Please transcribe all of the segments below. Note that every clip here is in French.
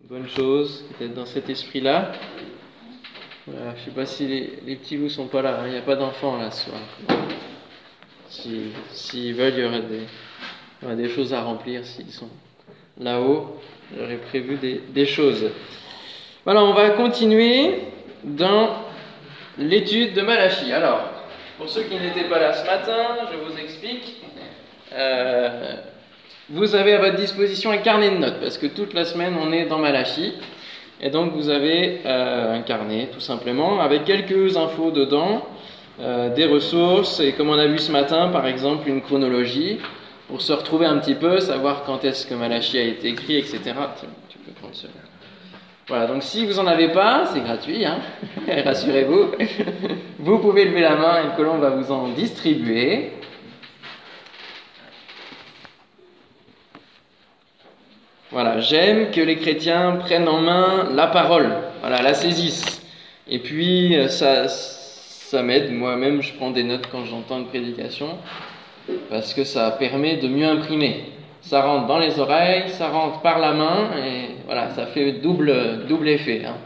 bonne chose d'être dans cet esprit-là. Voilà, je ne sais pas si les petits loups sont pas là, il n'y a pas d'enfants là ce soir. S'ils veulent, il y aura des choses à remplir s'ils sont là-haut. J'aurais prévu des choses. Voilà, on va continuer dans l'étude de Malachie. Alors, pour ceux qui n'étaient pas là ce matin, je vous explique. Vous avez à votre disposition un carnet de notes, parce que toute la semaine on est dans Malachie. Et donc vous avez un carnet tout simplement, avec quelques infos dedans, des ressources, et comme on a vu ce matin, par exemple une chronologie, pour se retrouver un petit peu, savoir quand est-ce que Malachie a été écrit, etc. Tu peux prendre celui-là. Voilà, donc si vous n'en avez pas, c'est gratuit, hein. Rassurez-vous. Vous pouvez lever la main et le colon va vous en distribuer. Voilà, j'aime que les chrétiens prennent en main la parole, voilà, la saisissent. Et puis ça m'aide, moi-même je prends des notes quand j'entends une prédication, parce que ça permet de mieux imprimer. Ça rentre dans les oreilles, ça rentre par la main, et voilà, ça fait double effet. Hein.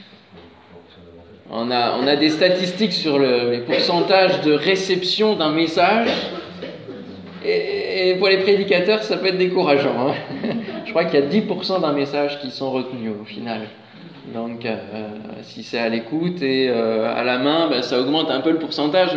On a des statistiques sur les pourcentages de réception d'un message, et pour les prédicateurs, ça peut être décourageant. Hein. Je crois qu'il y a 10% d'un message qui sont retenus au final. Donc, si c'est à l'écoute et à la main, ça augmente un peu le pourcentage,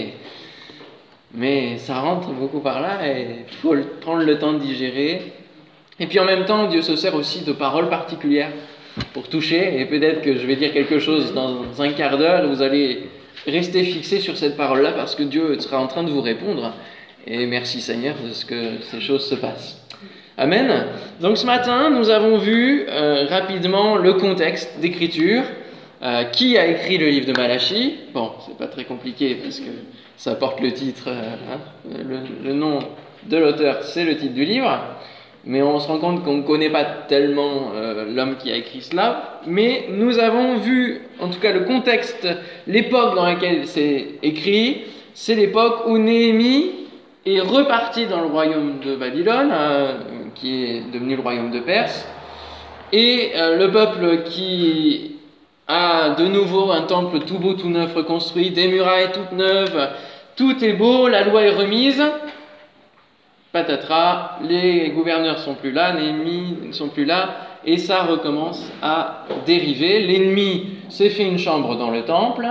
mais ça rentre beaucoup par là et il faut prendre le temps de digérer. Et puis en même temps, Dieu se sert aussi de paroles particulières pour toucher. Et peut-être que je vais dire quelque chose dans un quart d'heure, vous allez rester fixé sur cette parole-là parce que Dieu sera en train de vous répondre. Et merci Seigneur de ce que ces choses se passent. Amen. Donc ce matin, nous avons vu rapidement le contexte d'écriture. Qui a écrit le livre de Malachie ? Bon, c'est pas très compliqué parce que ça porte le titre, le nom de l'auteur, c'est le titre du livre. Mais on se rend compte qu'on ne connaît pas tellement l'homme qui a écrit cela. Mais nous avons vu, en tout cas le contexte, l'époque dans laquelle c'est écrit. C'est l'époque où Néhémie est reparti dans le royaume de Babylone, qui est devenu le royaume de Perse, et le peuple qui a de nouveau un temple tout beau, tout neuf reconstruit, des murailles toutes neuves, tout est beau, la loi est remise, patatras, les gouverneurs sont plus là, Néhémie ne sont plus là, et ça recommence à dériver. L'ennemi s'est fait une chambre dans le temple,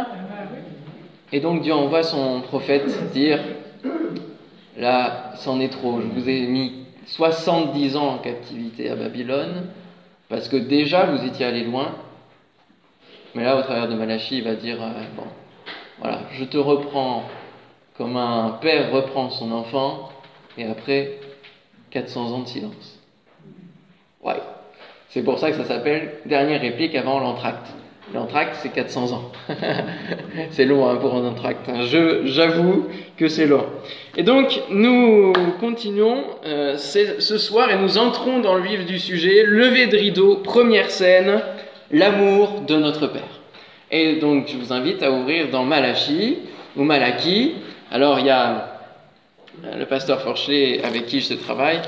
et donc Dieu envoie son prophète dire: là, c'en est trop, je vous ai mis 70 ans en captivité à Babylone, parce que déjà vous étiez allé loin, mais là, au travers de Malachie, il va dire, bon, voilà, je te reprends comme un père reprend son enfant, et après, 400 ans de silence. Ouais, c'est pour ça que ça s'appelle dernière réplique avant l'entracte. L'entracte, c'est 400 ans. C'est long pour un entracte. J'avoue que c'est long. Et donc, nous continuons ce soir et nous entrons dans le vif du sujet. Lever de rideau, première scène, l'amour de notre Père. Et donc, je vous invite à ouvrir dans Malachie ou Malachie. Alors, il y a le pasteur Forchelet avec qui je travaille,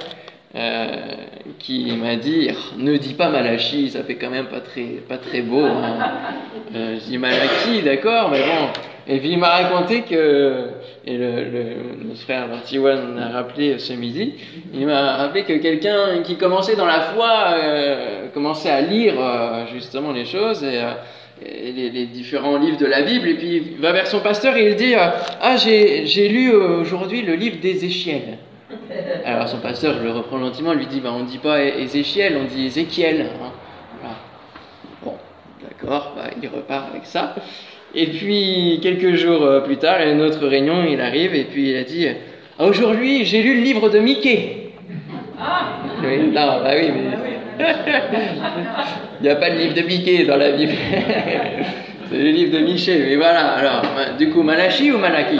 qui m'a dit: ne dis pas Malachie, ça fait quand même pas très beau. Hein. Je dis Malachie, d'accord, mais bon. Et puis il m'a raconté que, et notre frère Martiwan a rappelé ce midi, il m'a rappelé que quelqu'un qui commençait dans la foi commençait à lire justement les choses et les différents livres de la Bible, et puis il va vers son pasteur et il dit: ah, j'ai lu aujourd'hui le livre d'Ézéchiel. Alors son pasteur, je le reprends gentiment, lui dit: on ne dit pas Ézéchiel, on dit Ézéchiel. Hein. Voilà. Bon, d'accord, il repart avec ça. Et puis quelques jours plus tard, à une autre réunion, il arrive et puis il a dit: aujourd'hui j'ai lu le livre de Michée. Oui, non, oui, mais il n'y a pas de livre de Michée dans la Bible. C'est le livre de Michée, mais voilà. Alors, du coup, Malachie ou Malachie?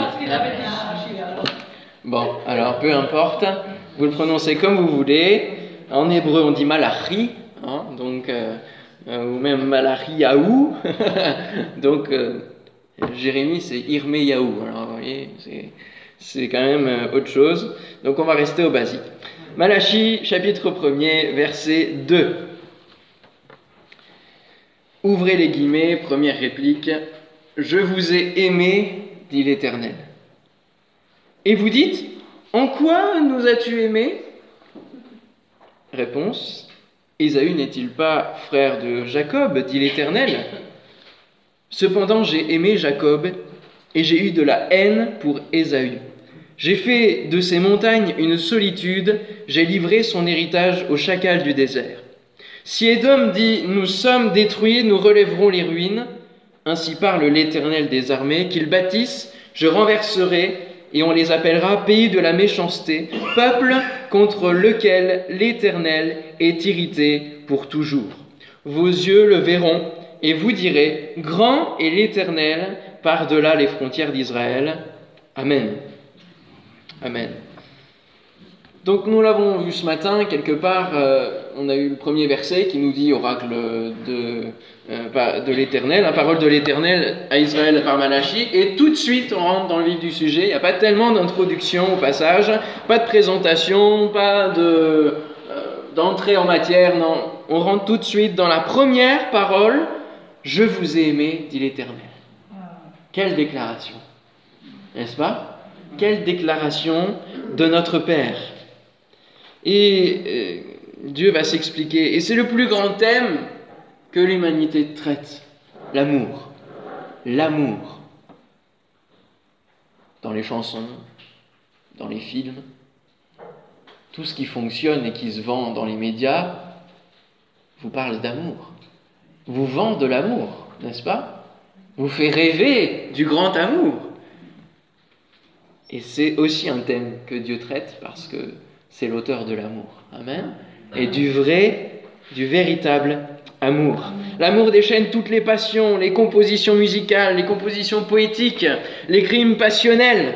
Bon, alors peu importe, vous le prononcez comme vous voulez. En hébreu, on dit Malachi, hein, donc, ou même Malachiaou. Donc, Jérémie, c'est Irméyaou. Alors, vous voyez, c'est quand même autre chose. Donc, on va rester au basique. Malachie, chapitre 1er, verset 2. Ouvrez les guillemets, première réplique. « Je vous ai aimé, dit l'Éternel. » Et vous dites, « En quoi nous as-tu aimés » Réponse, « Ésaü n'est-il pas frère de Jacob, dit l'Éternel. Cependant j'ai aimé Jacob, et j'ai eu de la haine pour Ésaü. J'ai fait de ces montagnes une solitude, j'ai livré son héritage aux chacals du désert. Si Édom dit « Nous sommes détruits, nous relèverons les ruines », ainsi parle l'Éternel des armées, qu'ils bâtissent, je renverserai, et on les appellera pays de la méchanceté, peuple contre lequel l'Éternel est irrité pour toujours. Vos yeux le verront, et vous direz « Grand est l'Éternel par-delà les frontières d'Israël. » Amen. Amen. Donc nous l'avons vu ce matin, quelque part, on a eu le premier verset qui nous dit oracle de l'Éternel, la parole de l'Éternel à Israël par Malachi, et tout de suite on rentre dans le vif du sujet. Il n'y a pas tellement d'introduction au passage, pas de présentation, pas d'entrée en matière, non. On rentre tout de suite dans la première parole, « Je vous ai aimé, dit l'Éternel ». Quelle déclaration, n'est-ce pas ? Quelle déclaration de notre Père. Et Dieu va s'expliquer. Et c'est le plus grand thème que l'humanité traite. L'amour. L'amour. Dans les chansons, dans les films, tout ce qui fonctionne et qui se vend dans les médias vous parle d'amour. Vous vend de l'amour, n'est-ce pas ? Vous fait rêver du grand amour. Et c'est aussi un thème que Dieu traite parce que c'est l'auteur de l'amour. Amen. Et du véritable amour. L'amour déchaîne toutes les passions, les compositions musicales, les compositions poétiques, les crimes passionnels,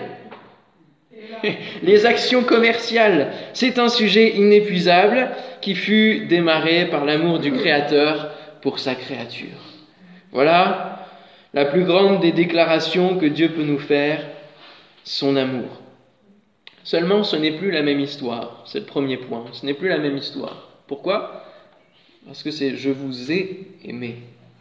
les actions commerciales. C'est un sujet inépuisable qui fut démarré par l'amour du Créateur pour sa créature. Voilà la plus grande des déclarations que Dieu peut nous faire, son amour. Seulement, ce n'est plus la même histoire. C'est le premier point. Ce n'est plus la même histoire. Pourquoi ? Parce que c'est « je vous ai aimé ».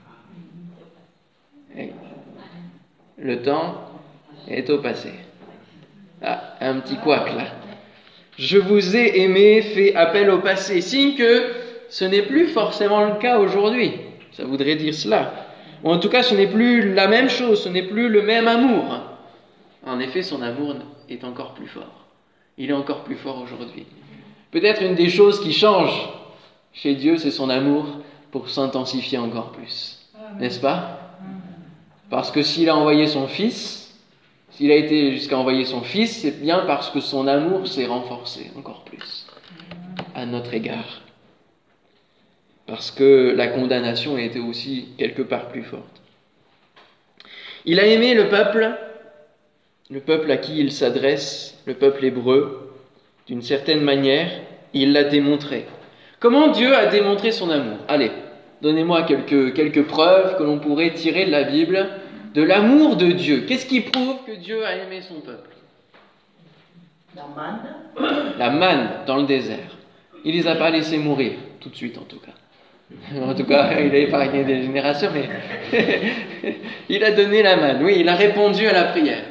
Le temps est au passé. Ah, un petit couac là. « Je vous ai aimé » fait appel au passé, signe que ce n'est plus forcément le cas aujourd'hui. Ça voudrait dire cela. Ou en tout cas, ce n'est plus la même chose, ce n'est plus le même amour. En effet, son amour est encore plus fort. Il est encore plus fort aujourd'hui. Peut-être une des choses qui change chez Dieu, c'est son amour pour s'intensifier encore plus. N'est-ce pas ? Parce que s'il a envoyé son Fils, s'il a été jusqu'à envoyer son Fils, c'est bien parce que son amour s'est renforcé encore plus à notre égard. Parce que la condamnation a été aussi quelque part plus forte. Il a aimé le peuple à qui il s'adresse, le peuple hébreu, d'une certaine manière, il l'a démontré. Comment Dieu a démontré son amour ? Allez, donnez-moi quelques preuves que l'on pourrait tirer de la Bible de l'amour de Dieu. Qu'est-ce qui prouve que Dieu a aimé son peuple ? La manne. La manne dans le désert. Il ne les a pas laissés mourir, tout de suite en tout cas. En tout cas, il a épargné des générations, mais il a donné la manne. Oui, il a répondu à la prière.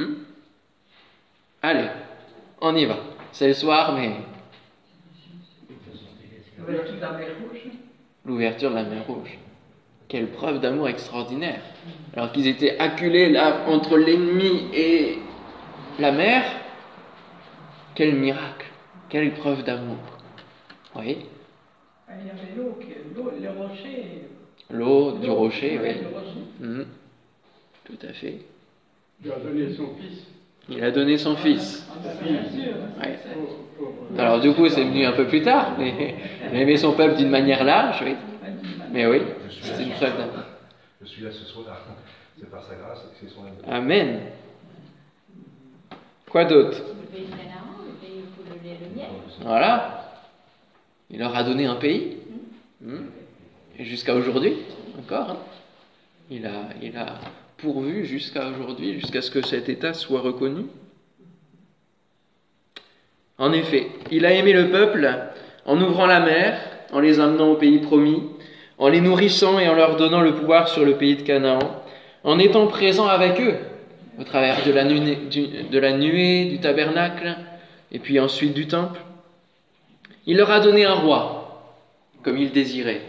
Allez, on y va. C'est le soir, mais... L'ouverture de la mer Rouge. L'ouverture de la mer Rouge. Quelle preuve d'amour extraordinaire. Alors qu'ils étaient acculés là entre l'ennemi et la mer, quel miracle, quelle preuve d'amour. Oui. Il y avait l'eau, le rocher. L'eau du rocher, oui. Rocher. Tout à fait. Il a donné son fils. Il a donné son fils. Bien sûr. Ouais. Alors du coup, c'est venu un peu plus tard, mais il a aimé son peuple d'une manière large, oui. Mais oui, c'est une preuve d'amour. Je suis là ce soir. C'est par sa grâce et c'est son amour. Amen. Quoi d'autre ? Le pays de Canaan, le pays où le lait et le miel. Voilà. Il leur a donné un pays. Et jusqu'à aujourd'hui, encore. Il a pourvu jusqu'à aujourd'hui, jusqu'à ce que cet État soit reconnu. En effet, il a aimé le peuple en ouvrant la mer, en les amenant au pays promis, en les nourrissant et en leur donnant le pouvoir sur le pays de Canaan, en étant présent avec eux, au travers de la nuée, du tabernacle, et puis ensuite du temple. Il leur a donné un roi, comme il désirait.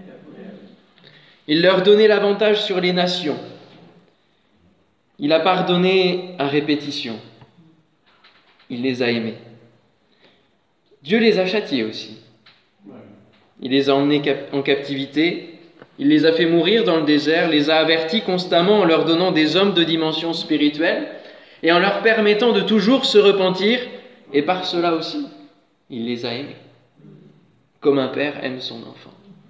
Il leur donnait l'avantage sur les nations. Il a pardonné à répétition. Il les a aimés. Dieu les a châtiés aussi. Il les a emmenés en captivité. Il les a fait mourir dans le désert, les a avertis constamment en leur donnant des hommes de dimension spirituelle et en leur permettant de toujours se repentir. Et par cela aussi, il les a aimés, comme un père aime son enfant.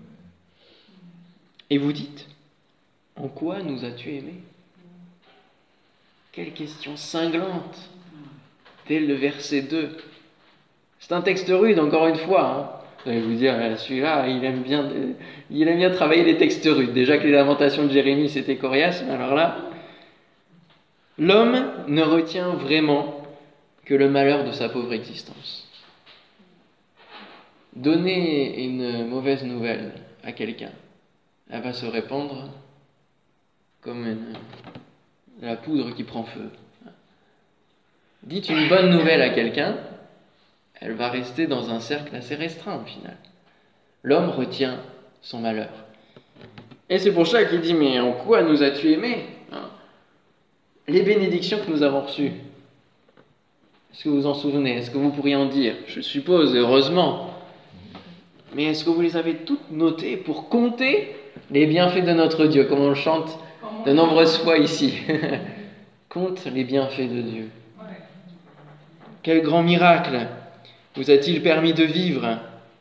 Et vous dites, en quoi nous as-tu aimés ? Quelle question cinglante, dès le verset 2. C'est un texte rude, encore une fois. Vous allez vous dire, celui-là, il aime bien travailler les textes rudes. Déjà que les lamentations de Jérémie, c'était coriace, mais alors là, l'homme ne retient vraiment que le malheur de sa pauvre existence. Donner une mauvaise nouvelle à quelqu'un, elle va se répandre comme la poudre qui prend feu. Dites une bonne nouvelle à quelqu'un, elle va rester dans un cercle assez restreint au final. L'homme retient son malheur. Et c'est pour ça qu'il dit, mais en quoi nous as-tu aimés ? Les bénédictions que nous avons reçues. Est-ce que vous vous en souvenez ? Est-ce que vous pourriez en dire ? Je suppose, heureusement. Mais est-ce que vous les avez toutes notées pour compter les bienfaits de notre Dieu, comme on le chante de nombreuses fois ici ? Compte les bienfaits de Dieu. Quel grand miracle vous a-t-il permis de vivre ?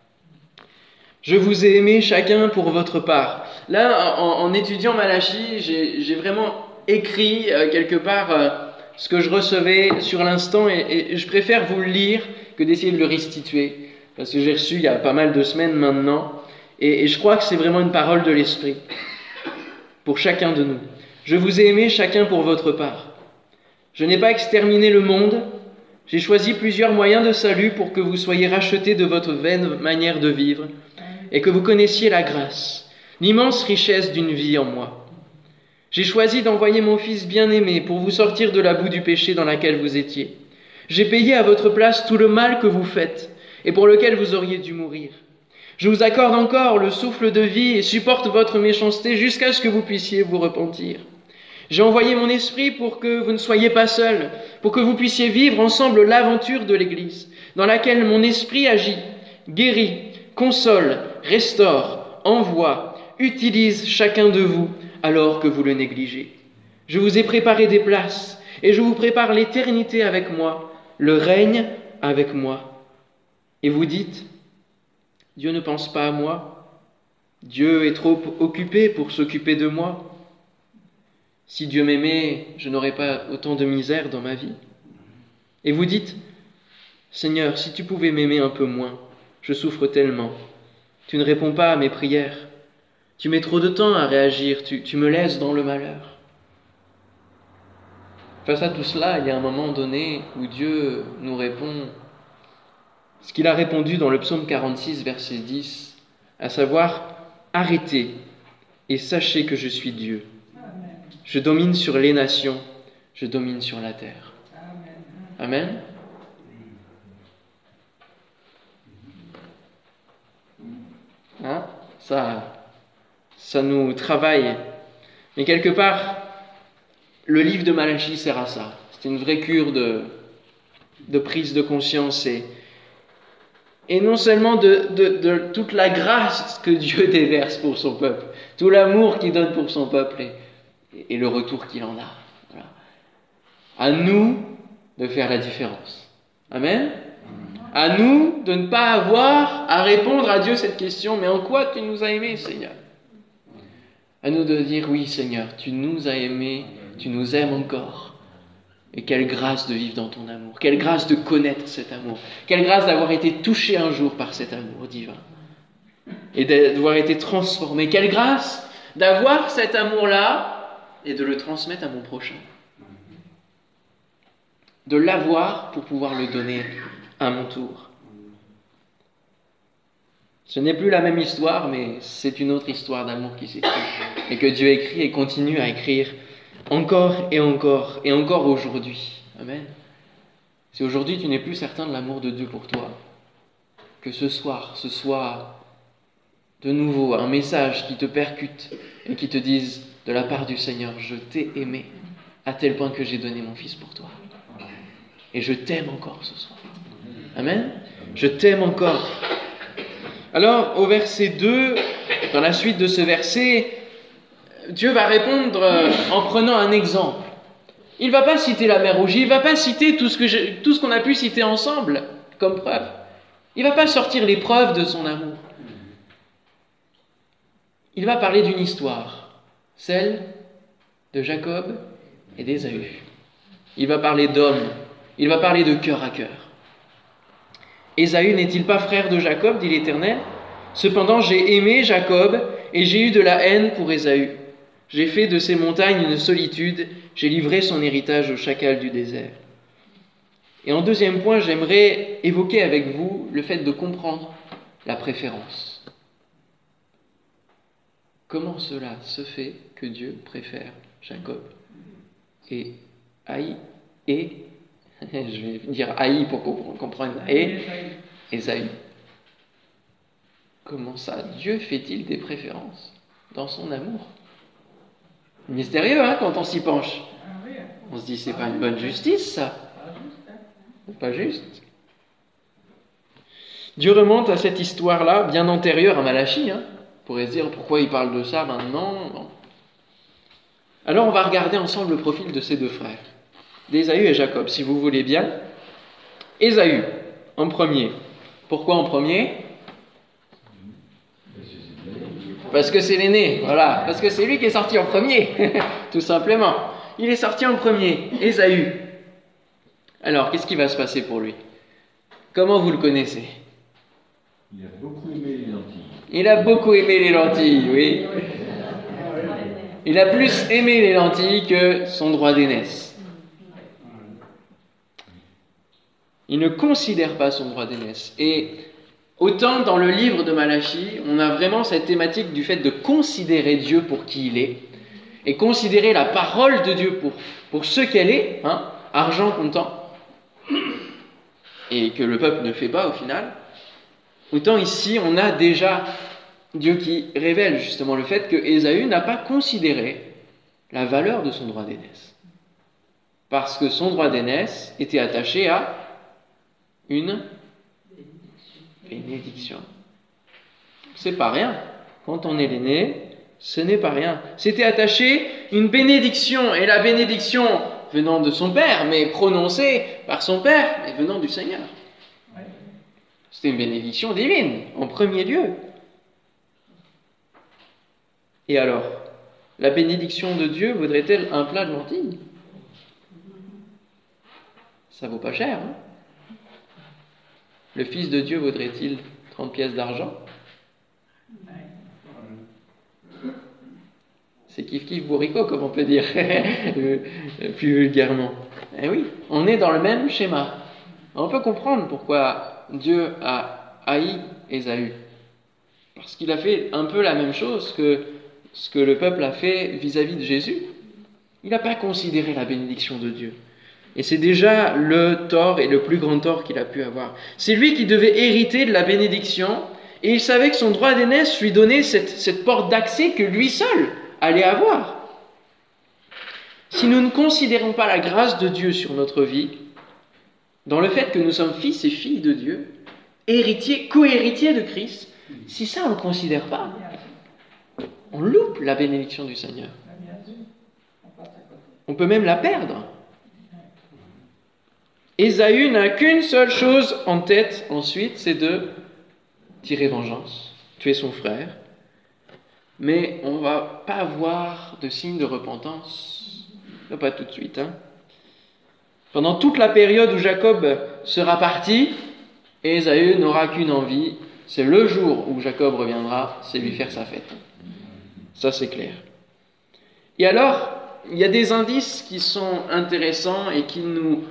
Je vous ai aimé chacun pour votre part. Là, en étudiant Malachie, j'ai vraiment écrit quelque part ce que je recevais sur l'instant et je préfère vous le lire que d'essayer de le restituer. Parce que j'ai reçu il y a pas mal de semaines maintenant et je crois que c'est vraiment une parole de l'Esprit pour chacun de nous. Je vous ai aimé chacun pour votre part. Je n'ai pas exterminé le monde. J'ai choisi plusieurs moyens de salut pour que vous soyez rachetés de votre vaine manière de vivre et que vous connaissiez la grâce, l'immense richesse d'une vie en moi. J'ai choisi d'envoyer mon Fils bien-aimé pour vous sortir de la boue du péché dans laquelle vous étiez. J'ai payé à votre place tout le mal que vous faites et pour lequel vous auriez dû mourir. Je vous accorde encore le souffle de vie et supporte votre méchanceté jusqu'à ce que vous puissiez vous repentir. J'ai envoyé mon esprit pour que vous ne soyez pas seuls, pour que vous puissiez vivre ensemble l'aventure de l'Église, dans laquelle mon esprit agit, guérit, console, restaure, envoie, utilise chacun de vous alors que vous le négligez. Je vous ai préparé des places et je vous prépare l'éternité avec moi, le règne avec moi. Et vous dites, Dieu ne pense pas à moi, Dieu est trop occupé pour s'occuper de moi. Si Dieu m'aimait, je n'aurais pas autant de misère dans ma vie. Et vous dites, Seigneur, si tu pouvais m'aimer un peu moins, je souffre tellement. Tu ne réponds pas à mes prières. Tu mets trop de temps à réagir, tu me laisses dans le malheur. Face à tout cela, il y a un moment donné où Dieu nous répond ce qu'il a répondu dans le psaume 46, verset 10, à savoir, arrêtez et sachez que je suis Dieu. Je domine sur les nations, je domine sur la terre. Amen. Hein? Ça nous travaille. Mais quelque part, le livre de Malachie sert à ça. C'est une vraie cure de prise de conscience et non seulement de toute la grâce que Dieu déverse pour son peuple, tout l'amour qu'il donne pour son peuple et le retour qu'il en a. Voilà. À nous de faire la différence. Amen. À nous de ne pas avoir à répondre à Dieu cette question, mais en quoi tu nous as aimés, Seigneur ? À nous de dire, oui, Seigneur, tu nous as aimés, tu nous aimes encore. Et quelle grâce de vivre dans ton amour, quelle grâce de connaître cet amour, quelle grâce d'avoir été touché un jour par cet amour divin et d'avoir été transformé, quelle grâce d'avoir cet amour-là et de le transmettre à mon prochain. De l'avoir pour pouvoir le donner à mon tour. Ce n'est plus la même histoire, mais c'est une autre histoire d'amour qui s'écrit et que Dieu écrit et continue à écrire encore et encore et encore aujourd'hui. Amen. Si aujourd'hui tu n'es plus certain de l'amour de Dieu pour toi, que ce soir, ce soit de nouveau un message qui te percute et qui te dise de la part du Seigneur, je t'ai aimé à tel point que j'ai donné mon Fils pour toi. Et je t'aime encore ce soir. Amen. Je t'aime encore. Alors, au verset 2, dans la suite de ce verset, Dieu va répondre en prenant un exemple. Il ne va pas citer la mer Rouge, il ne va pas citer tout ce qu'on a pu citer ensemble comme preuve. Il ne va pas sortir les preuves de son amour. Il va parler d'une histoire, celle de Jacob et d'Ésaü. Il va parler d'hommes, il va parler de cœur à cœur. Ésaü n'est-il pas frère de Jacob, dit l'Éternel ? Cependant, j'ai aimé Jacob et j'ai eu de la haine pour Ésaü. J'ai fait de ces montagnes une solitude, j'ai livré son héritage au chacal du désert. Et en deuxième point, j'aimerais évoquer avec vous le fait de comprendre la préférence. Comment cela se fait que Dieu préfère Jacob et haït et je vais dire haït pour qu'on comprenne et Ésaü. Comment ça, Dieu fait-il des préférences dans son amour? Mystérieux, hein, quand on s'y penche. On se dit, c'est pas une bonne justice, ça. C'est pas juste. Dieu remonte à cette histoire-là, bien antérieure à Malachie. On pourrait se dire, pourquoi il parle de ça maintenant? Bon. Alors, on va regarder ensemble le profil de ces deux frères, d'Ésaü et Jacob, si vous voulez bien. Ésaü, en premier. Pourquoi en premier? Parce que c'est l'aîné, voilà. Parce que c'est lui qui est sorti en premier, tout simplement. Il est sorti en premier, Ésaü. Alors, qu'est-ce qui va se passer pour lui? Comment vous le connaissez? Il a beaucoup aimé les lentilles. Il a beaucoup aimé les lentilles, oui. Il a plus aimé les lentilles que son droit d'aînesse. Il ne considère pas son droit d'aînesse. Et autant dans le livre de Malachie, on a vraiment cette thématique du fait de considérer Dieu pour qui il est, et considérer la parole de Dieu pour ce qu'elle est, argent comptant, et que le peuple ne fait pas au final. Autant ici, on a déjà Dieu qui révèle justement le fait que Ésaü n'a pas considéré la valeur de son droit d'aînesse. Parce que son droit d'aînesse était attaché à une bénédiction. C'est pas rien. Quand on est l'aîné, ce n'est pas rien. C'était attaché une bénédiction, et la bénédiction venant de son père, mais prononcée par son père, mais venant du Seigneur. C'était une bénédiction divine, en premier lieu. Et alors, la bénédiction de Dieu vaudrait-elle un plat de lentilles? Ça vaut pas cher, hein? Le Fils de Dieu vaudrait-il 30 pièces d'argent? C'est kiff-kiff bourricot, comme on peut dire, plus vulgairement. Eh oui, on est dans le même schéma. On peut comprendre pourquoi Dieu a haï Ésaü. Parce qu'il a fait un peu la même chose que ce que le peuple a fait vis-à-vis de Jésus. Il n'a pas considéré la bénédiction de Dieu. Et c'est déjà le tort et le plus grand tort qu'il a pu avoir. C'est lui qui devait hériter de la bénédiction, et il savait que son droit d'aînesse lui donnait cette porte d'accès que lui seul allait avoir. Si nous ne considérons pas la grâce de Dieu sur notre vie, dans le fait que nous sommes fils et filles de Dieu, héritiers, co-héritiers de Christ, si ça on ne le considère pas, on loupe la bénédiction du Seigneur. On peut même la perdre. Ésaü n'a qu'une seule chose en tête ensuite, c'est de tirer vengeance, tuer son frère. Mais on ne va pas avoir de signe de repentance, pas tout de suite. Pendant toute la période où Jacob sera parti, Ésaü n'aura qu'une envie, c'est le jour où Jacob reviendra, c'est lui faire sa fête. Ça c'est clair. Et alors, il y a des indices qui sont intéressants et qui nous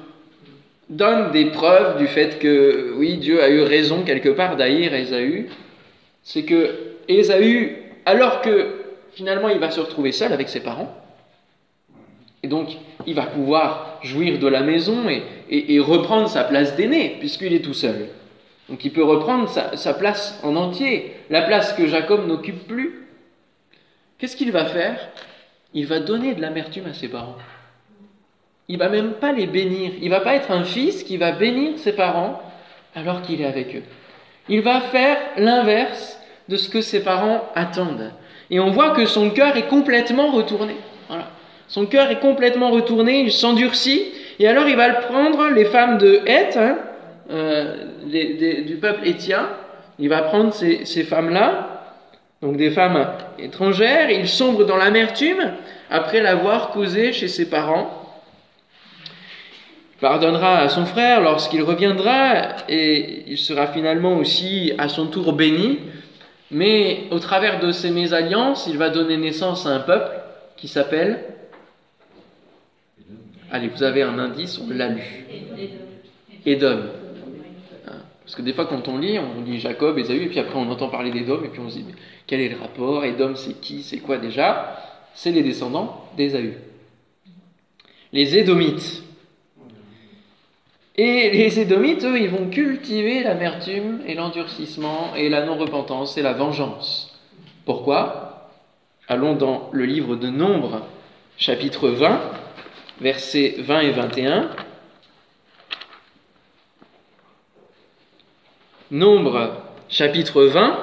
donnent des preuves du fait que, oui, Dieu a eu raison quelque part d'haïr Ésaü. c'est que Ésaü, alors que finalement il va se retrouver seul avec ses parents, et donc il va pouvoir jouir de la maison et reprendre sa place d'aîné, puisqu'il est tout seul. Donc il peut reprendre sa place en entier, la place que Jacob n'occupe plus. Qu'est-ce qu'il va faire? Il va donner de l'amertume à ses parents. Il va même pas les bénir. Il va pas être un fils qui va bénir ses parents alors qu'il est avec eux. Il va faire l'inverse de ce que ses parents attendent. Et on voit que son cœur est complètement retourné. Voilà. Son cœur est complètement retourné, il s'endurcit, et alors il va le prendre, les femmes de Heth, du peuple héthien, il va prendre ces femmes-là, donc des femmes étrangères, il sombre dans l'amertume après l'avoir causé chez ses parents. Il pardonnera à son frère lorsqu'il reviendra, et il sera finalement aussi à son tour béni, mais au travers de ces mésalliances, il va donner naissance à un peuple qui s'appelle... Allez, vous avez un indice, on l'a lu. Édom. Parce que des fois, quand on lit Jacob, Ésaü, et puis après on entend parler d'Édom, et puis on se dit, mais quel est le rapport? Édom, c'est qui? C'est quoi déjà? C'est les descendants d'Ésaü. Les Édomites. Et les Édomites, eux, ils vont cultiver l'amertume et l'endurcissement et la non-repentance et la vengeance. Pourquoi? Allons dans le livre de Nombres, chapitre 20, versets 20 et 21. Nombres, chapitre 20.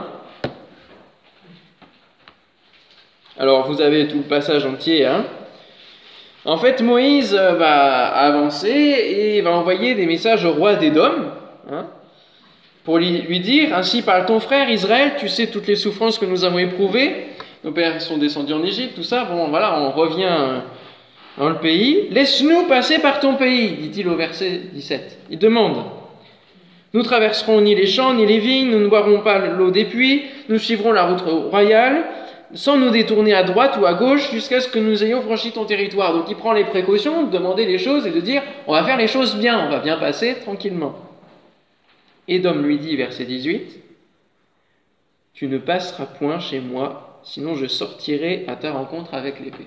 Alors, vous avez tout le passage entier, hein. En fait, Moïse va avancer et il va envoyer des messages au roi d'Édom, hein, pour lui dire: ainsi parle ton frère Israël, tu sais toutes les souffrances que nous avons éprouvées, nos pères sont descendus en Égypte, tout ça, bon voilà, on revient dans le pays. Laisse-nous passer par ton pays, dit-il au verset 17. Il demande: nous traverserons ni les champs ni les vignes, nous ne boirons pas l'eau des puits, nous suivrons la route royale, sans nous détourner à droite ou à gauche, jusqu'à ce que nous ayons franchi ton territoire. Donc il prend les précautions de demander les choses et de dire: on va faire les choses bien, on va bien passer tranquillement. Édom lui dit, verset 18, tu ne passeras point chez moi, sinon je sortirai à ta rencontre avec l'épée.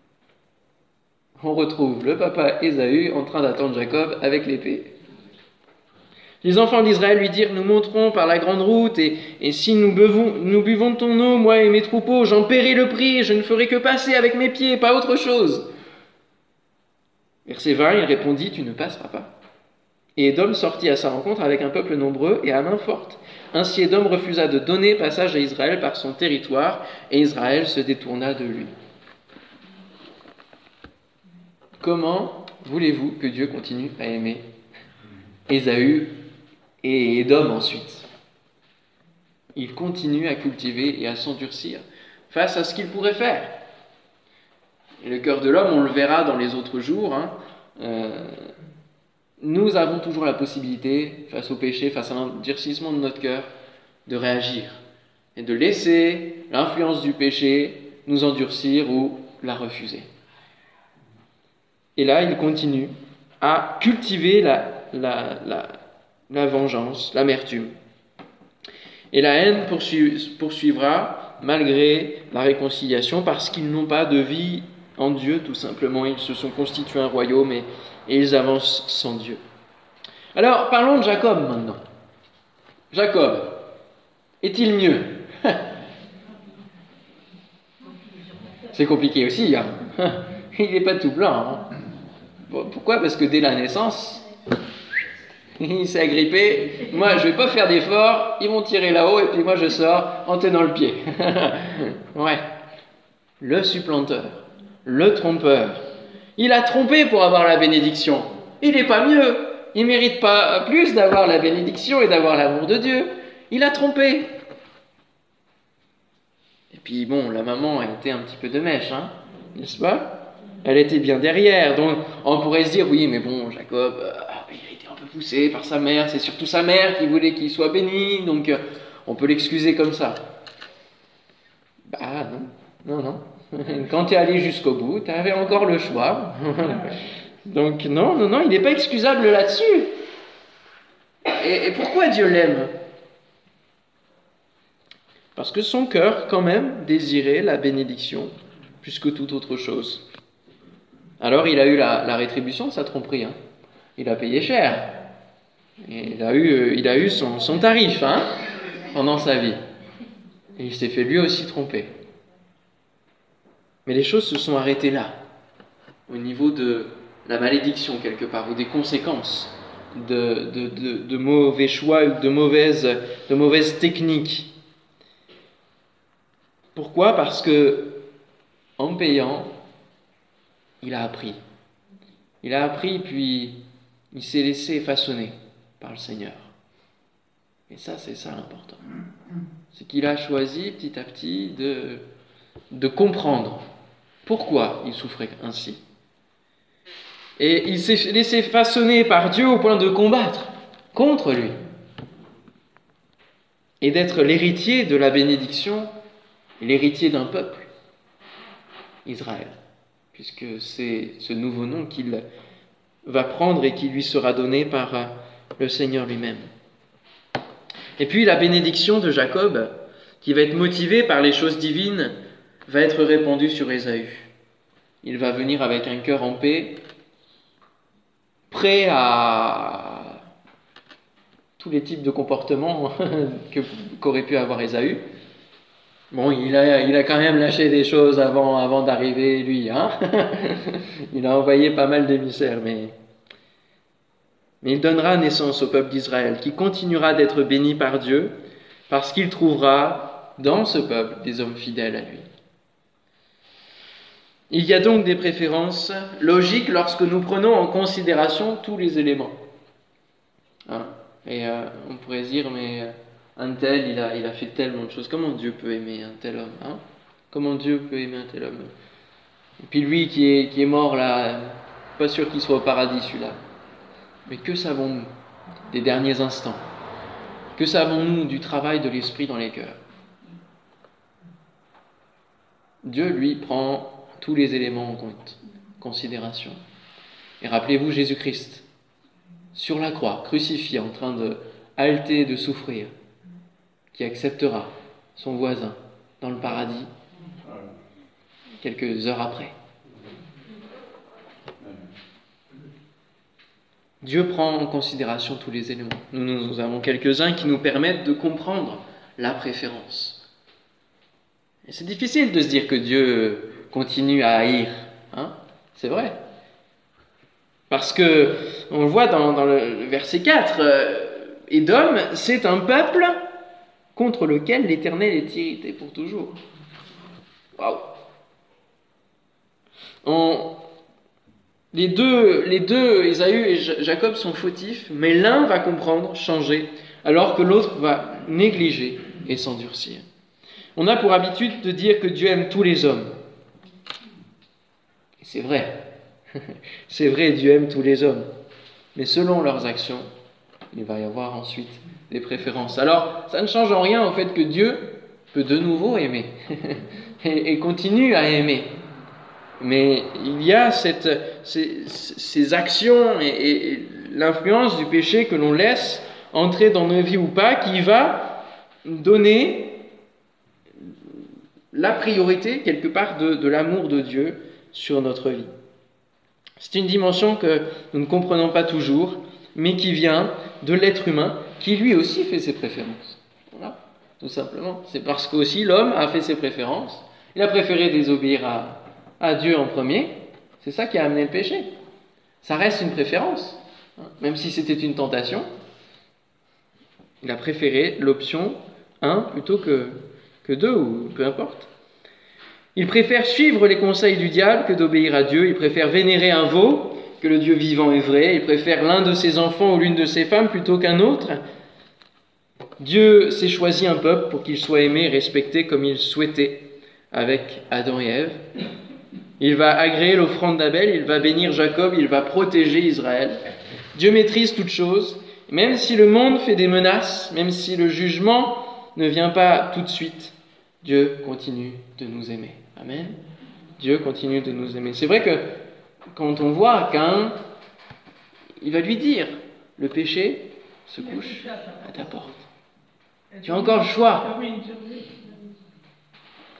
On retrouve le papa Ésaü en train d'attendre Jacob avec l'épée. Les enfants d'Israël lui dirent: nous monterons par la grande route, et si nous buvons de ton eau, moi et mes troupeaux, j'en paierai le prix, et je ne ferai que passer avec mes pieds, pas autre chose. Verset 20, il répondit: tu ne passeras pas. Et Édom sortit à sa rencontre avec un peuple nombreux et à main forte. Ainsi Édom refusa de donner passage à Israël par son territoire, et Israël se détourna de lui. Comment voulez-vous que Dieu continue à aimer Ésaü et Édom ensuite? Il continue à cultiver et à s'endurcir face à ce qu'il pourrait faire. Et le cœur de l'homme, on le verra dans les autres jours, nous avons toujours la possibilité, face au péché, face à l'endurcissement de notre cœur, de réagir et de laisser l'influence du péché nous endurcir ou la refuser. Et là, il continue à cultiver la vengeance, l'amertume. Et la haine poursuivra malgré la réconciliation, parce qu'ils n'ont pas de vie en Dieu, tout simplement. Ils se sont constitués un royaume et ils avancent sans Dieu. Alors, parlons de Jacob maintenant. Jacob, est-il mieux? C'est compliqué aussi, hein. Il n'est pas tout blanc, hein. Pourquoi? Parce que dès la naissance, il s'est agrippé. Moi, je ne vais pas faire d'effort, ils vont tirer là-haut et puis moi je sors en tenant le pied. Ouais. Le supplanteur, le trompeur. Il a trompé pour avoir la bénédiction. Il n'est pas mieux. Il ne mérite pas plus d'avoir la bénédiction et d'avoir l'amour de Dieu. Il a trompé. Et puis bon, la maman a été un petit peu de mèche, hein, n'est-ce pas? Elle était bien derrière, donc on pourrait se dire: oui, mais bon, Jacob, il a été un peu poussé par sa mère, c'est surtout sa mère qui voulait qu'il soit béni, donc on peut l'excuser comme ça. Bah non. Quand tu es allé jusqu'au bout, tu avais encore le choix. Donc non, il n'est pas excusable là-dessus. Et pourquoi Dieu l'aime? Parce que son cœur, quand même, désirait la bénédiction plus que toute autre chose. Alors il a eu la rétribution de sa tromperie. Il a payé cher. Et il a eu son tarif pendant sa vie. Et il s'est fait lui aussi tromper. Mais les choses se sont arrêtées là, au niveau de la malédiction quelque part, ou des conséquences de mauvais choix, de mauvaises techniques. Pourquoi ? Parce que en payant, il a appris. Il a appris, puis il s'est laissé façonner par le Seigneur. Et ça, c'est ça l'important. C'est qu'il a choisi petit à petit de comprendre pourquoi il souffrait ainsi. Et il s'est laissé façonner par Dieu au point de combattre contre lui. Et d'être l'héritier de la bénédiction, l'héritier d'un peuple, Israël. Puisque c'est ce nouveau nom qu'il va prendre et qui lui sera donné par le Seigneur lui-même. Et puis la bénédiction de Jacob, qui va être motivée par les choses divines, va être répandue sur Ésaü. Il va venir avec un cœur en paix, prêt à tous les types de comportements qu'aurait pu avoir Ésaü. Bon, il a quand même lâché des choses avant d'arriver, lui. Il a envoyé pas mal d'émissaires, mais il donnera naissance au peuple d'Israël, qui continuera d'être béni par Dieu, parce qu'il trouvera dans ce peuple des hommes fidèles à lui. Il y a donc des préférences logiques lorsque nous prenons en considération tous les éléments. Et on pourrait dire, mais un tel, il a fait tellement de choses. Comment Dieu peut aimer un tel homme Comment Dieu peut aimer un tel homme ? Et puis lui qui est mort là, pas sûr qu'il soit au paradis celui-là. Mais que savons-nous des derniers instants ? Que savons-nous du travail de l'Esprit dans les cœurs ? Dieu, lui, prend tous les éléments en considération. Et rappelez-vous Jésus-Christ, sur la croix, crucifié, en train de halter, de souffrir, qui acceptera son voisin dans le paradis quelques heures après. Dieu prend en considération tous les éléments. Nous avons quelques-uns qui nous permettent de comprendre la préférence. Et c'est difficile de se dire que Dieu continue à haïr. C'est vrai. Parce que, on le voit dans le verset 4, Édom, c'est un peuple contre lequel l'Éternel est irrité pour toujours. Waouh! Les deux, Ésaü et Jacob, sont fautifs, mais l'un va comprendre, changer, alors que l'autre va négliger et s'endurcir. On a pour habitude de dire que Dieu aime tous les hommes. Et c'est vrai. C'est vrai, Dieu aime tous les hommes. Mais selon leurs actions, il va y avoir ensuite des préférences. Alors, ça ne change en rien au fait que Dieu peut de nouveau aimer et continue à aimer. Mais il y a ces actions et l'influence du péché que l'on laisse entrer dans nos vies ou pas, qui va donner la priorité quelque part de l'amour de Dieu sur notre vie. C'est une dimension que nous ne comprenons pas toujours, mais qui vient de l'être humain, qui lui aussi fait ses préférences. Voilà, tout simplement. C'est parce qu'aussi l'homme a fait ses préférences. Il a préféré désobéir à Dieu en premier. C'est ça qui a amené le péché. Ça reste une préférence. Même si c'était une tentation, il a préféré l'option 1 plutôt que 2, ou peu importe. Il préfère suivre les conseils du diable que d'obéir à Dieu. Il préfère vénérer un veau que le Dieu vivant et vrai. Il préfère l'un de ses enfants ou l'une de ses femmes plutôt qu'un autre. Dieu s'est choisi un peuple pour qu'il soit aimé et respecté comme il souhaitait avec Adam et Ève. Il va agréer l'offrande d'Abel, il va bénir Jacob, il va protéger Israël. Dieu maîtrise toutes choses. Même si le monde fait des menaces, même si le jugement ne vient pas tout de suite, Dieu continue de nous aimer. Amen. Dieu continue de nous aimer. C'est vrai que quand on voit Caïn, il va lui dire, le péché se couche à ta porte. Tu as encore le choix.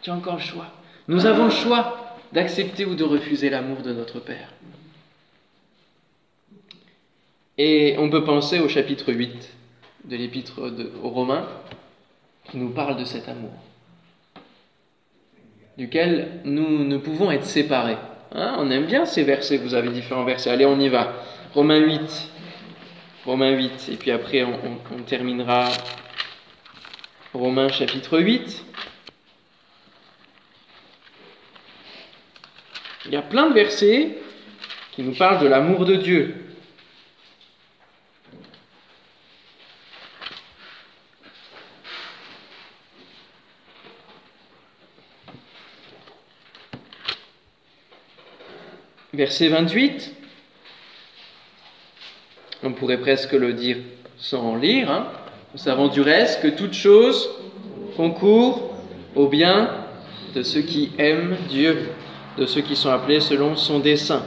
Tu as encore le choix. Nous avons le choix d'accepter ou de refuser l'amour de notre Père. Et on peut penser au chapitre 8 de l'épître aux Romains, qui nous parle de cet amour, duquel nous ne pouvons être séparés. On aime bien ces versets, vous avez différents versets. Allez, on y va. Romains 8, et puis après on terminera Romains chapitre 8. Il y a plein de versets qui nous parlent de l'amour de Dieu. Verset 28, on pourrait presque le dire sans lire. Nous savons du reste que toute chose concourt au bien de ceux qui aiment Dieu, de ceux qui sont appelés selon son dessein.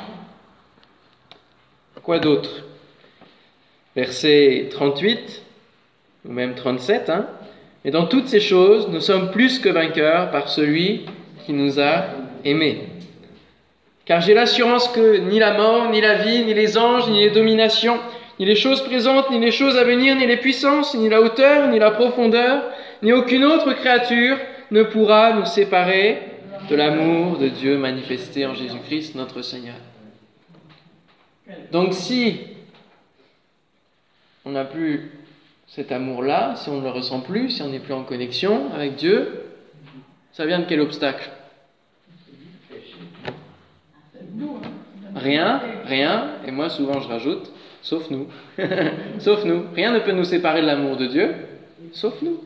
Quoi d'autre? Verset 38, ou même 37. Et dans toutes ces choses, nous sommes plus que vainqueurs par celui qui nous a aimés. Car j'ai l'assurance que ni la mort, ni la vie, ni les anges, ni les dominations, ni les choses présentes, ni les choses à venir, ni les puissances, ni la hauteur, ni la profondeur, ni aucune autre créature ne pourra nous séparer de l'amour de Dieu manifesté en Jésus-Christ notre Seigneur. Donc si on n'a plus cet amour-là, si on ne le ressent plus, si on n'est plus en connexion avec Dieu, ça vient de quel obstacle ? Rien, et moi souvent je rajoute, sauf nous. Sauf nous. Rien ne peut nous séparer de l'amour de Dieu, sauf nous.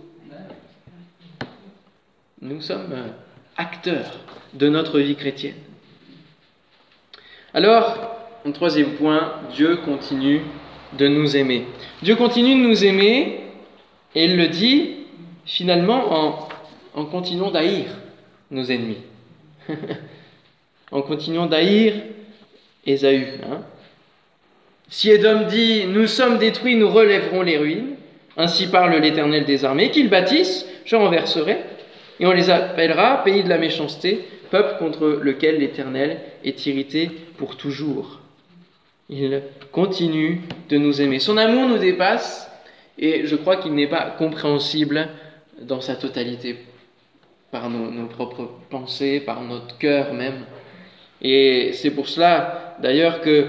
Nous sommes acteurs de notre vie chrétienne. Alors, un troisième point, Dieu continue de nous aimer. Dieu continue de nous aimer, et il le dit finalement en continuant d'haïr nos ennemis. En continuant d'haïr Ésaü. Si Édom dit « Nous sommes détruits, nous relèverons les ruines », ainsi parle l'Éternel des armées, qu'ils bâtissent, je renverserai, et on les appellera pays de la méchanceté, peuple contre lequel l'Éternel est irrité pour toujours. Il continue de nous aimer. Son amour nous dépasse, et je crois qu'il n'est pas compréhensible dans sa totalité, par nos propres pensées, par notre cœur même. Et c'est pour cela, d'ailleurs, que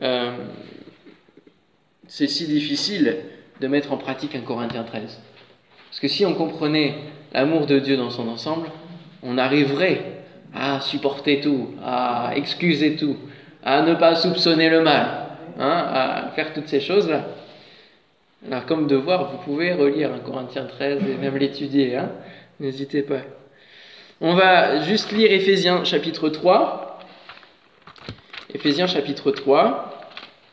c'est si difficile de mettre en pratique 1 Corinthiens 13. Parce que si on comprenait l'amour de Dieu dans son ensemble, on arriverait à supporter tout, à excuser tout, à ne pas soupçonner le mal, à faire toutes ces choses-là. Alors, comme devoir, vous pouvez relire 1 Corinthiens 13 et même l'étudier, n'hésitez pas. On va juste lire Éphésiens chapitre 3. Éphésiens chapitre 3,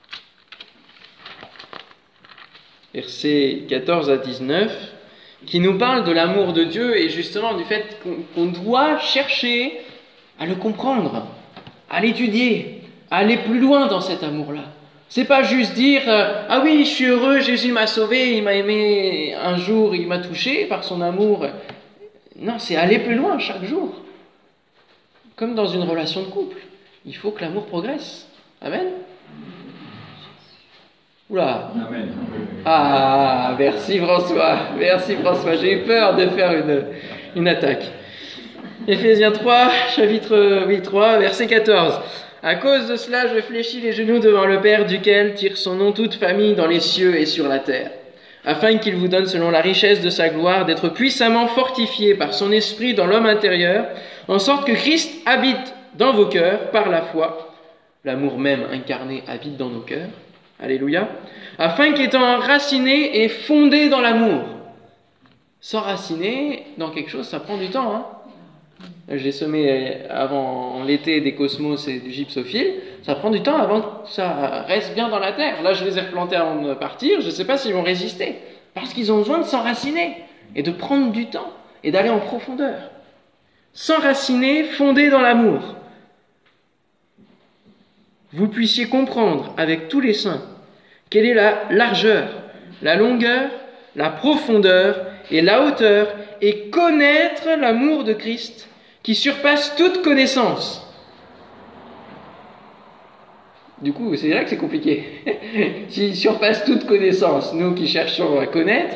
versets 14 à 19, qui nous parle de l'amour de Dieu et justement du fait qu'on doit chercher à le comprendre, à l'étudier, à aller plus loin dans cet amour-là. C'est pas juste dire « Ah oui, je suis heureux, Jésus m'a sauvé, il m'a aimé un jour, il m'a touché par son amour. » Non, c'est aller plus loin chaque jour. Comme dans une relation de couple. Il faut que l'amour progresse. Amen. Oula. Amen. Ah, merci François. J'ai eu peur de faire une attaque. Éphésiens 3, chapitre 3, verset 14. À cause de cela, je fléchis les genoux devant le Père, duquel tire son nom toute famille dans les cieux et sur la terre, afin qu'il vous donne selon la richesse de sa gloire d'être puissamment fortifié par son esprit dans l'homme intérieur, en sorte que Christ habite dans vos cœurs par la foi. L'amour même incarné habite dans nos cœurs. Alléluia. Afin qu'étant enraciné et fondé dans l'amour. S'enraciner dans quelque chose, ça prend du temps. J'ai semé avant l'été des cosmos et du gypsophile. Ça prend du temps avant que ça reste bien dans la terre. Là, je les ai replantés avant de partir. Je ne sais pas s'ils vont résister. Parce qu'ils ont besoin de s'enraciner et de prendre du temps et d'aller en profondeur. S'enraciner, fondé dans l'amour. Vous puissiez comprendre avec tous les saints quelle est la largeur, la longueur, la profondeur et la hauteur, et connaître l'amour de Christ qui surpasse toute connaissance. Du coup, c'est vrai que c'est compliqué. S'il surpasse toute connaissance, nous qui cherchons à connaître,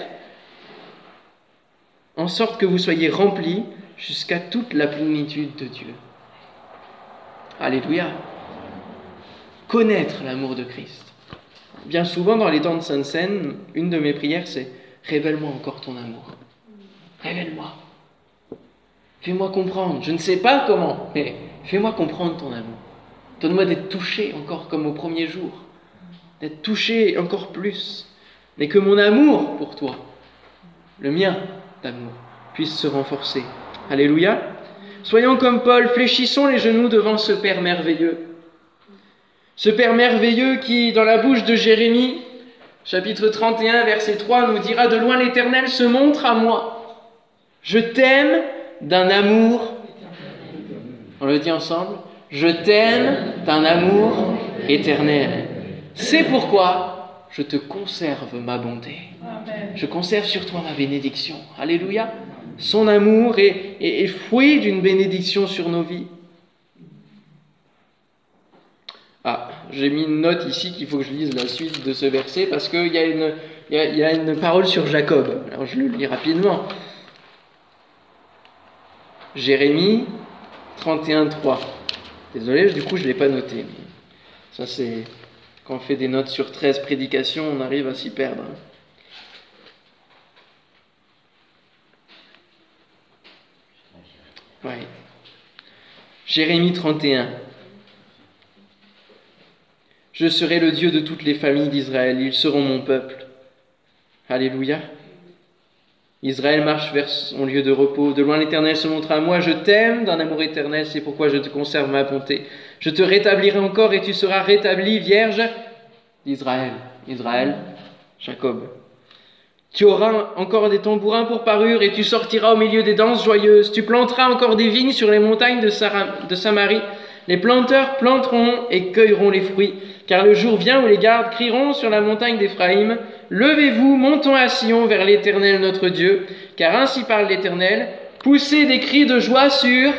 en sorte que vous soyez remplis jusqu'à toute la plénitude de Dieu. Alléluia. Connaître l'amour de Christ. Bien souvent, dans les temps de Sainte Seine, une de mes prières, c'est « Révèle-moi encore ton amour. Révèle-moi. Fais-moi comprendre. Je ne sais pas comment, mais fais-moi comprendre ton amour. Donne-moi d'être touché encore comme au premier jour. D'être touché encore plus. Mais que mon amour pour toi, le mien d'amour, puisse se renforcer. Alléluia. Soyons comme Paul, fléchissons les genoux devant ce Père merveilleux. Ce Père merveilleux qui, dans la bouche de Jérémie, chapitre 31, verset 3, nous dira « De loin l'Éternel se montre à moi. Je t'aime d'un amour. » On le dit ensemble. « Je t'aime d'un amour éternel. C'est pourquoi je te conserve ma bonté. Je conserve sur toi ma bénédiction. » Alléluia. Son amour est fruit d'une bénédiction sur nos vies. Ah, j'ai mis une note ici qu'il faut que je lise la suite de ce verset parce qu'il y a une parole sur Jacob. Alors je le lis rapidement. Jérémie 31:3. Désolé, du coup je ne l'ai pas noté. Ça c'est... Quand on fait des notes sur 13 prédications, on arrive à s'y perdre. Ouais. Jérémie 31. Je serai le Dieu de toutes les familles d'Israël, ils seront mon peuple. Alléluia. Israël marche vers son lieu de repos. De loin l'Éternel se montre à moi. Je t'aime d'un amour éternel, c'est pourquoi je te conserve ma bonté. Je te rétablirai encore et tu seras rétabli, vierge d'Israël. Israël, Jacob. Tu auras encore des tambourins pour parure et tu sortiras au milieu des danses joyeuses. Tu planteras encore des vignes sur les montagnes de Samarie. Les planteurs planteront et cueilleront les fruits. Car le jour vient où les gardes crieront sur la montagne d'Éphraïm. Levez-vous, montons à Sion vers l'Éternel notre Dieu. Car ainsi parle l'Éternel. Poussez des cris de joie sur...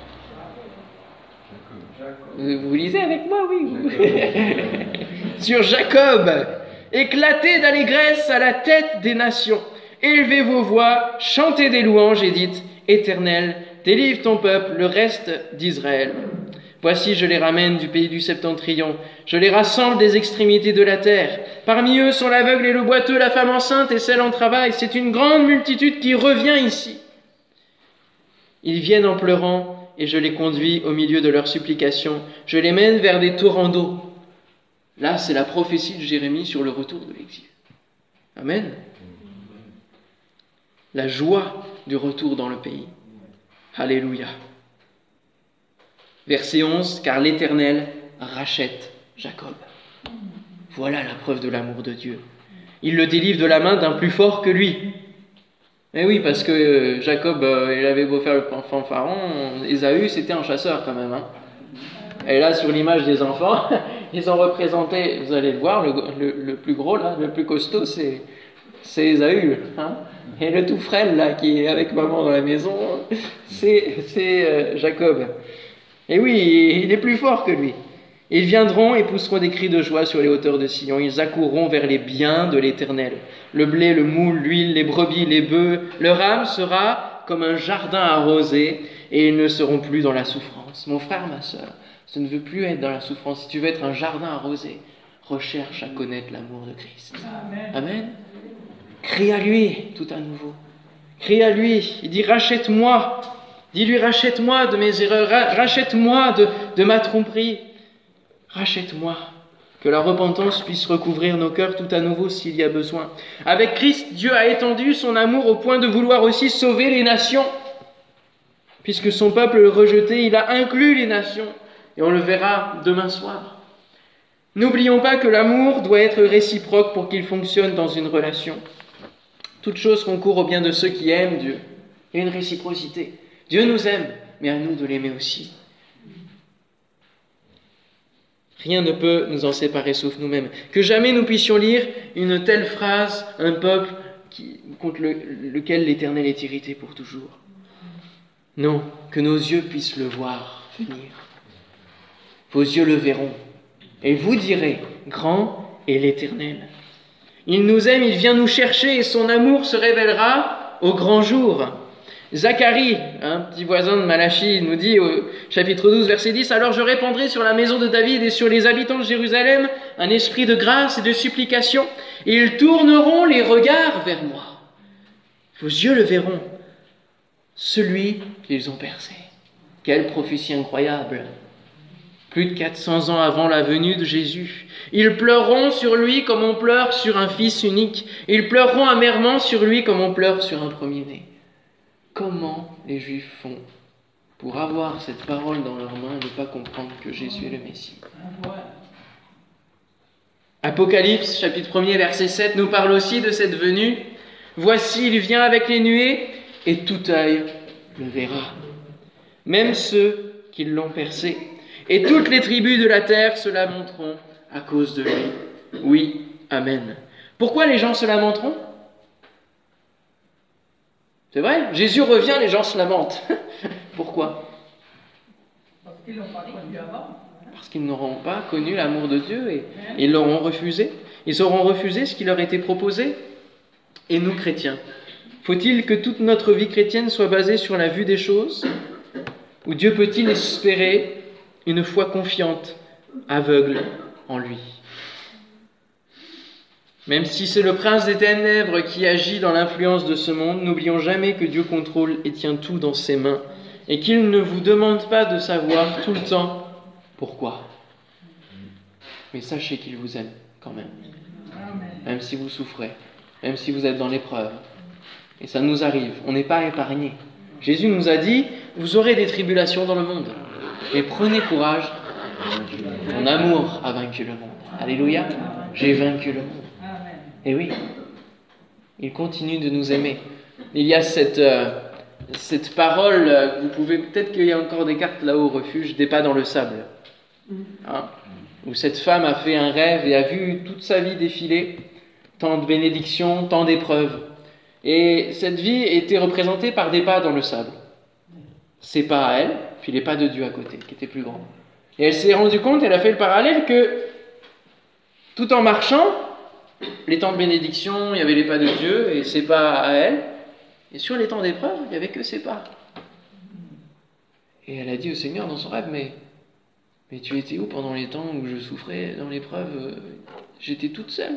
Vous lisez avec moi, oui. Sur Jacob. Éclatez d'allégresse à la tête des nations. Élevez vos voix, chantez des louanges et dites, Éternel, délivre ton peuple, le reste d'Israël. Voici, je les ramène du pays du septentrion. Je les rassemble des extrémités de la terre. Parmi eux sont l'aveugle et le boiteux, la femme enceinte et celle en travail. C'est une grande multitude qui revient ici. Ils viennent en pleurant et je les conduis au milieu de leurs supplications. Je les mène vers des torrents d'eau. Là, c'est la prophétie de Jérémie sur le retour de l'exil. Amen. La joie du retour dans le pays. Alléluia. Verset 11, car l'Éternel rachète Jacob. Voilà la preuve de l'amour de Dieu. Il le délivre de la main d'un plus fort que lui. Mais oui, parce que Jacob, il avait beau faire le fanfaron, Ésaü, c'était un chasseur quand même. Hein. Et là, sur l'image des enfants, ils ont représenté, vous allez le voir, le plus gros, là, le plus costaud, c'est Ésaü. Hein. Et le tout frêle, là, qui est avec maman dans la maison, c'est Jacob. Et oui, il est plus fort que lui. Ils viendront et pousseront des cris de joie sur les hauteurs de Sion. Ils accourront vers les biens de l'Éternel. Le blé, le moule, l'huile, les brebis, les bœufs. Leur âme sera comme un jardin arrosé et ils ne seront plus dans la souffrance. Mon frère, ma sœur, tu ne veux plus être dans la souffrance. Si tu veux être un jardin arrosé, recherche à connaître l'amour de Christ. Amen. Amen. Crie à lui tout à nouveau. Crie à lui. Il dit, rachète-moi. Dis-lui, rachète-moi de mes erreurs, rachète-moi de ma tromperie, rachète-moi, que la repentance puisse recouvrir nos cœurs tout à nouveau s'il y a besoin. Avec Christ, Dieu a étendu son amour au point de vouloir aussi sauver les nations. Puisque son peuple le rejetait, il a inclus les nations, et on le verra demain soir. N'oublions pas que l'amour doit être réciproque pour qu'il fonctionne dans une relation. Toute chose concourt au bien de ceux qui aiment Dieu. Il y a une réciprocité. Dieu nous aime, mais à nous de l'aimer aussi. Rien ne peut nous en séparer sauf nous-mêmes. Que jamais nous puissions lire une telle phrase, un peuple contre lequel l'Éternel est irrité pour toujours. Non, que nos yeux puissent le voir venir. Vos yeux le verront, et vous direz, grand est l'Éternel. Il nous aime, il vient nous chercher, et son amour se révélera au grand jour. Zacharie, un petit voisin de Malachie, nous dit au chapitre 12, verset 10, « Alors je répandrai sur la maison de David et sur les habitants de Jérusalem un esprit de grâce et de supplication, et ils tourneront les regards vers moi. Vos yeux le verront, celui qu'ils ont percé. » Quelle prophétie incroyable! Plus de 400 ans avant la venue de Jésus, ils pleureront sur lui comme on pleure sur un fils unique. Ils pleureront amèrement sur lui comme on pleure sur un premier-né. Comment les Juifs font pour avoir cette parole dans leurs mains et ne pas comprendre que Jésus est le Messie? Apocalypse, chapitre 1er, verset 7, nous parle aussi de cette venue. « Voici, il vient avec les nuées, et tout œil le verra, même ceux qui l'ont percé. Et toutes les tribus de la terre se lamenteront à cause de lui. » Oui, amen. Pourquoi les gens se lamenteront? C'est vrai, Jésus revient, les gens se lamentent. Pourquoi? Parce qu'ils l'ont pas connu avant. Parce qu'ils n'auront pas connu l'amour de Dieu et ils l'auront refusé. Ils auront refusé ce qui leur était proposé. Et nous, chrétiens, faut-il que toute notre vie chrétienne soit basée sur la vue des choses? Ou Dieu peut-il espérer une foi confiante, aveugle en lui? Même si c'est le prince des ténèbres qui agit dans l'influence de ce monde, n'oublions jamais que Dieu contrôle et tient tout dans ses mains et qu'il ne vous demande pas de savoir tout le temps pourquoi. Mais sachez qu'il vous aime quand même, même si vous souffrez, même si vous êtes dans l'épreuve. Et ça nous arrive, on n'est pas épargné. Jésus nous a dit, vous aurez des tribulations dans le monde, mais prenez courage, mon amour a vaincu le monde. Alléluia, j'ai vaincu le monde. Et oui, il continue de nous aimer. Il y a cette parole, vous pouvez, peut-être qu'il y a encore des cartes là-haut au refuge, des pas dans le sable. Hein, où cette femme a fait un rêve et a vu toute sa vie défiler, tant de bénédictions, tant d'épreuves. Et cette vie était représentée par des pas dans le sable. Ses pas à elle, puis les pas de Dieu à côté, qui étaient plus grands. Et elle s'est rendue compte, elle a fait le parallèle que, tout en marchant, les temps de bénédiction, il y avait les pas de Dieu et ses pas à elle. Et sur les temps d'épreuve, il n'y avait que ses pas. Et elle a dit au Seigneur dans son rêve, mais tu étais où pendant les temps où je souffrais dans l'épreuve? J'étais toute seule.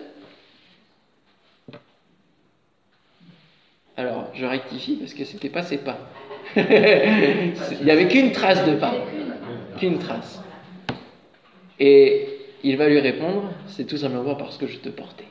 Alors, je rectifie parce que ce n'était pas ses pas. Il n'y avait qu'une trace de pas. Qu'une trace. Et il va lui répondre, c'est tout simplement parce que je te portais.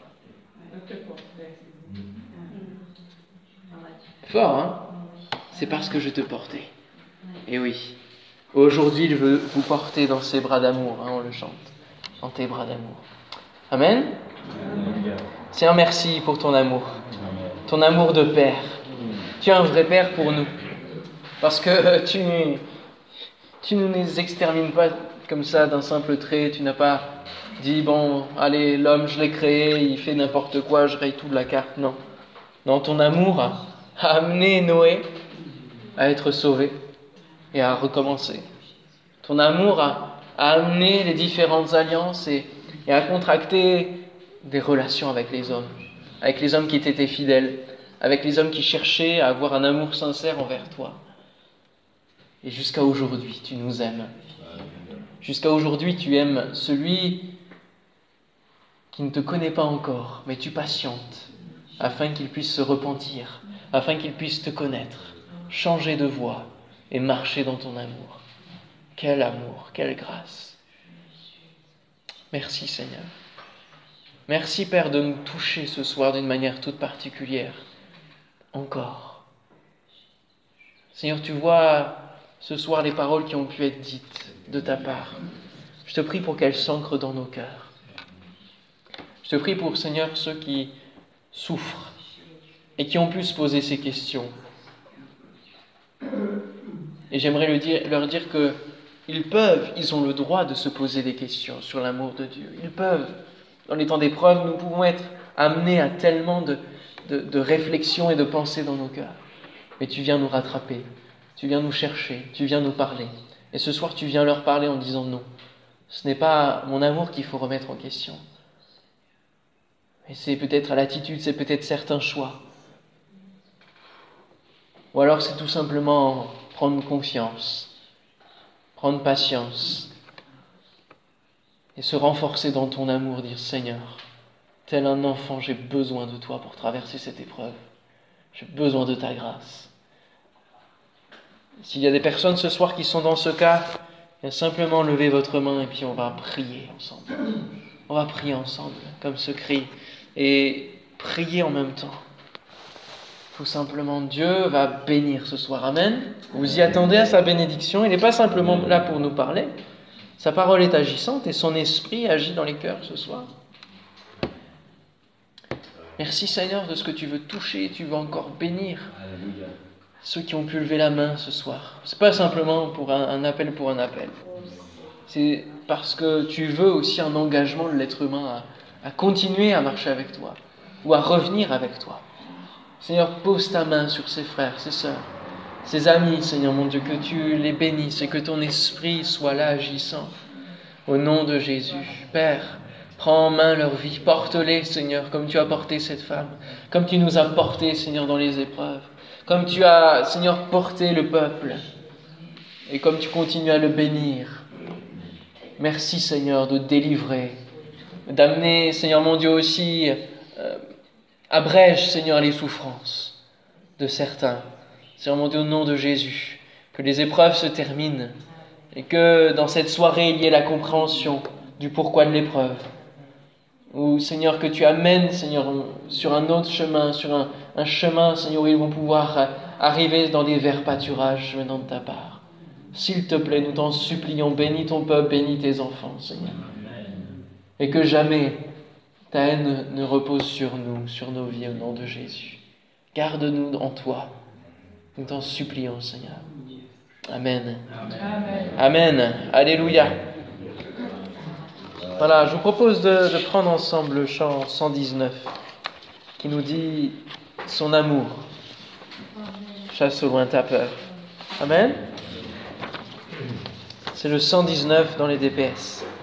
Fort, hein? C'est parce que je te portais. Et oui, aujourd'hui, il veut vous porter dans ses bras d'amour, hein, on le chante, dans tes bras d'amour. Amen? Seigneur, merci pour ton amour de Père. Tu es un vrai Père pour nous, parce que tu ne nous extermines pas comme ça d'un simple trait. Tu n'as pas dit, bon, allez, l'homme, je l'ai créé, il fait n'importe quoi, je raye tout de la carte. Non. Non, ton amour a amené Noé à être sauvé et à recommencer. Ton amour a amené les différentes alliances et à contracter des relations avec les hommes qui t'étaient fidèles, avec les hommes qui cherchaient à avoir un amour sincère envers toi. Et jusqu'à aujourd'hui, tu nous aimes. Jusqu'à aujourd'hui, tu aimes celui qui ne te connaît pas encore, mais tu patientes afin qu'il puisse se repentir, afin qu'il puisse te connaître, changer de voie et marcher dans ton amour. Quel amour, quelle grâce. Merci Seigneur. Merci Père de nous toucher ce soir d'une manière toute particulière. Encore. Seigneur, tu vois ce soir les paroles qui ont pu être dites de ta part. Je te prie pour qu'elles s'ancrent dans nos cœurs. Je te prie pour, Seigneur, ceux qui souffrent et qui ont pu se poser ces questions. Et j'aimerais leur dire qu'ils ont le droit de se poser des questions sur l'amour de Dieu. Ils peuvent. Dans les temps d'épreuve, nous pouvons être amenés à tellement de réflexion et de pensée dans nos cœurs. Mais tu viens nous rattraper, tu viens nous chercher, tu viens nous parler. Et ce soir, tu viens leur parler en disant non. Ce n'est pas mon amour qu'il faut remettre en question. Mais c'est peut-être l'attitude, c'est peut-être certains choix. Ou alors c'est tout simplement prendre confiance, prendre patience et se renforcer dans ton amour, dire Seigneur, tel un enfant, j'ai besoin de toi pour traverser cette épreuve. J'ai besoin de ta grâce. S'il y a des personnes ce soir qui sont dans ce cas, simplement levez votre main et puis on va prier ensemble. On va prier ensemble, comme ce cri, et prier en même temps. Tout simplement, Dieu va bénir ce soir. Amen. Vous y attendez à sa bénédiction. Il n'est pas simplement là pour nous parler. Sa parole est agissante et son esprit agit dans les cœurs ce soir. Merci Seigneur de ce que tu veux toucher et tu veux encore bénir ceux qui ont pu lever la main ce soir. Ce n'est pas simplement pour un appel pour un appel. C'est parce que tu veux aussi un engagement de l'être humain à continuer à marcher avec toi ou à revenir avec toi. Seigneur, pose ta main sur ses frères, ses sœurs, ses amis, Seigneur mon Dieu, que tu les bénisses et que ton esprit soit là agissant. Au nom de Jésus, Père, prends en main leur vie, porte-les, Seigneur, comme tu as porté cette femme, comme tu nous as portés, Seigneur, dans les épreuves, comme tu as, Seigneur, porté le peuple et comme tu continues à le bénir. Merci, Seigneur, de délivrer, d'amener, Seigneur mon Dieu, aussi abrège, Seigneur, les souffrances de certains. Seigneur mon Dieu, au nom de Jésus, que les épreuves se terminent et que dans cette soirée, il y ait la compréhension du pourquoi de l'épreuve. Ou, Seigneur, que tu amènes, Seigneur, sur un autre chemin, sur un chemin, Seigneur, où ils vont pouvoir arriver dans des verts pâturages venant de ta part. S'il te plaît, nous t'en supplions, bénis ton peuple, bénis tes enfants, Seigneur. Et que jamais ta haine ne repose sur nous, sur nos vies, au nom de Jésus. Garde-nous en toi. Nous t'en supplions, Seigneur. Amen. Amen. Amen. Alléluia. Voilà, je vous propose de prendre ensemble le chant 119 qui nous dit « Son amour chasse au loin ta peur ». Amen. C'est le 119 dans les DPS.